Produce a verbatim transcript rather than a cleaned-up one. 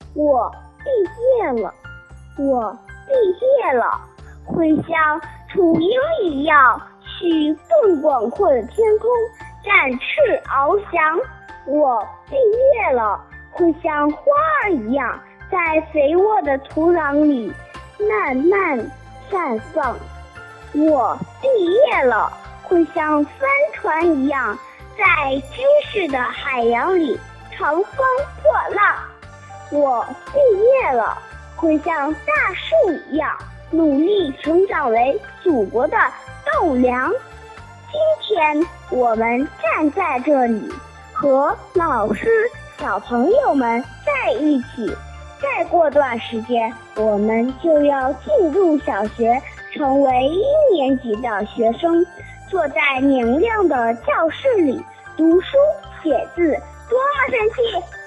我毕业了，我毕业了，会像雏鹰一样去更广阔的天空展翅翱翔。我毕业了，会像花儿一样在肥沃的土壤里慢慢绽放。我毕业了，会像帆船一样在知识的海洋里乘风破浪。我毕业了，会像大树一样努力成长为祖国的栋梁。今天我们站在这里，和老师、小朋友们在一起。再过段时间，我们就要进入小学，成为一年级的学生，坐在明亮的教室里读书写字，多么神奇！